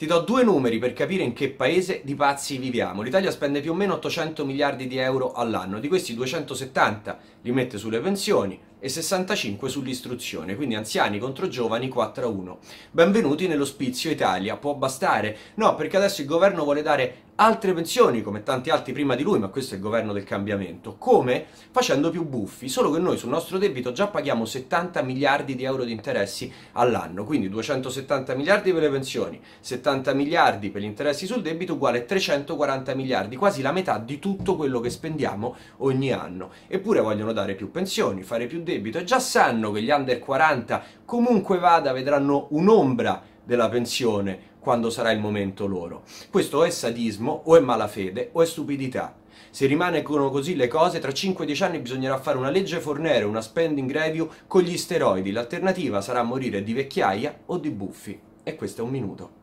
Ti do due numeri per capire in che paese di pazzi viviamo. L'Italia spende più o meno 800 miliardi di euro all'anno, di questi 270 li mette sulle pensioni e 65 sull'istruzione, quindi anziani contro giovani 4-1. Benvenuti nell'ospizio Italia, può bastare? No, perché adesso il governo vuole dare altre pensioni, come tanti altri prima di lui, ma questo è il governo del cambiamento. Come? Facendo più buffi, solo che noi sul nostro debito già paghiamo 70 miliardi di euro di interessi all'anno, quindi 270 miliardi per le pensioni, 70 miliardi per gli interessi sul debito uguale 340 miliardi, quasi la metà di tutto quello che spendiamo ogni anno. Eppure vogliono dare più pensioni, fare più debito e già sanno che gli under 40 comunque vada vedranno un'ombra della pensione quando sarà il momento loro. Questo o è sadismo, o è malafede, o è stupidità. Se rimangono così le cose, tra 5-10 anni bisognerà fare una legge Fornero, una spending review con gli steroidi. L'alternativa sarà morire di vecchiaia o di buffi. E questo è un minuto.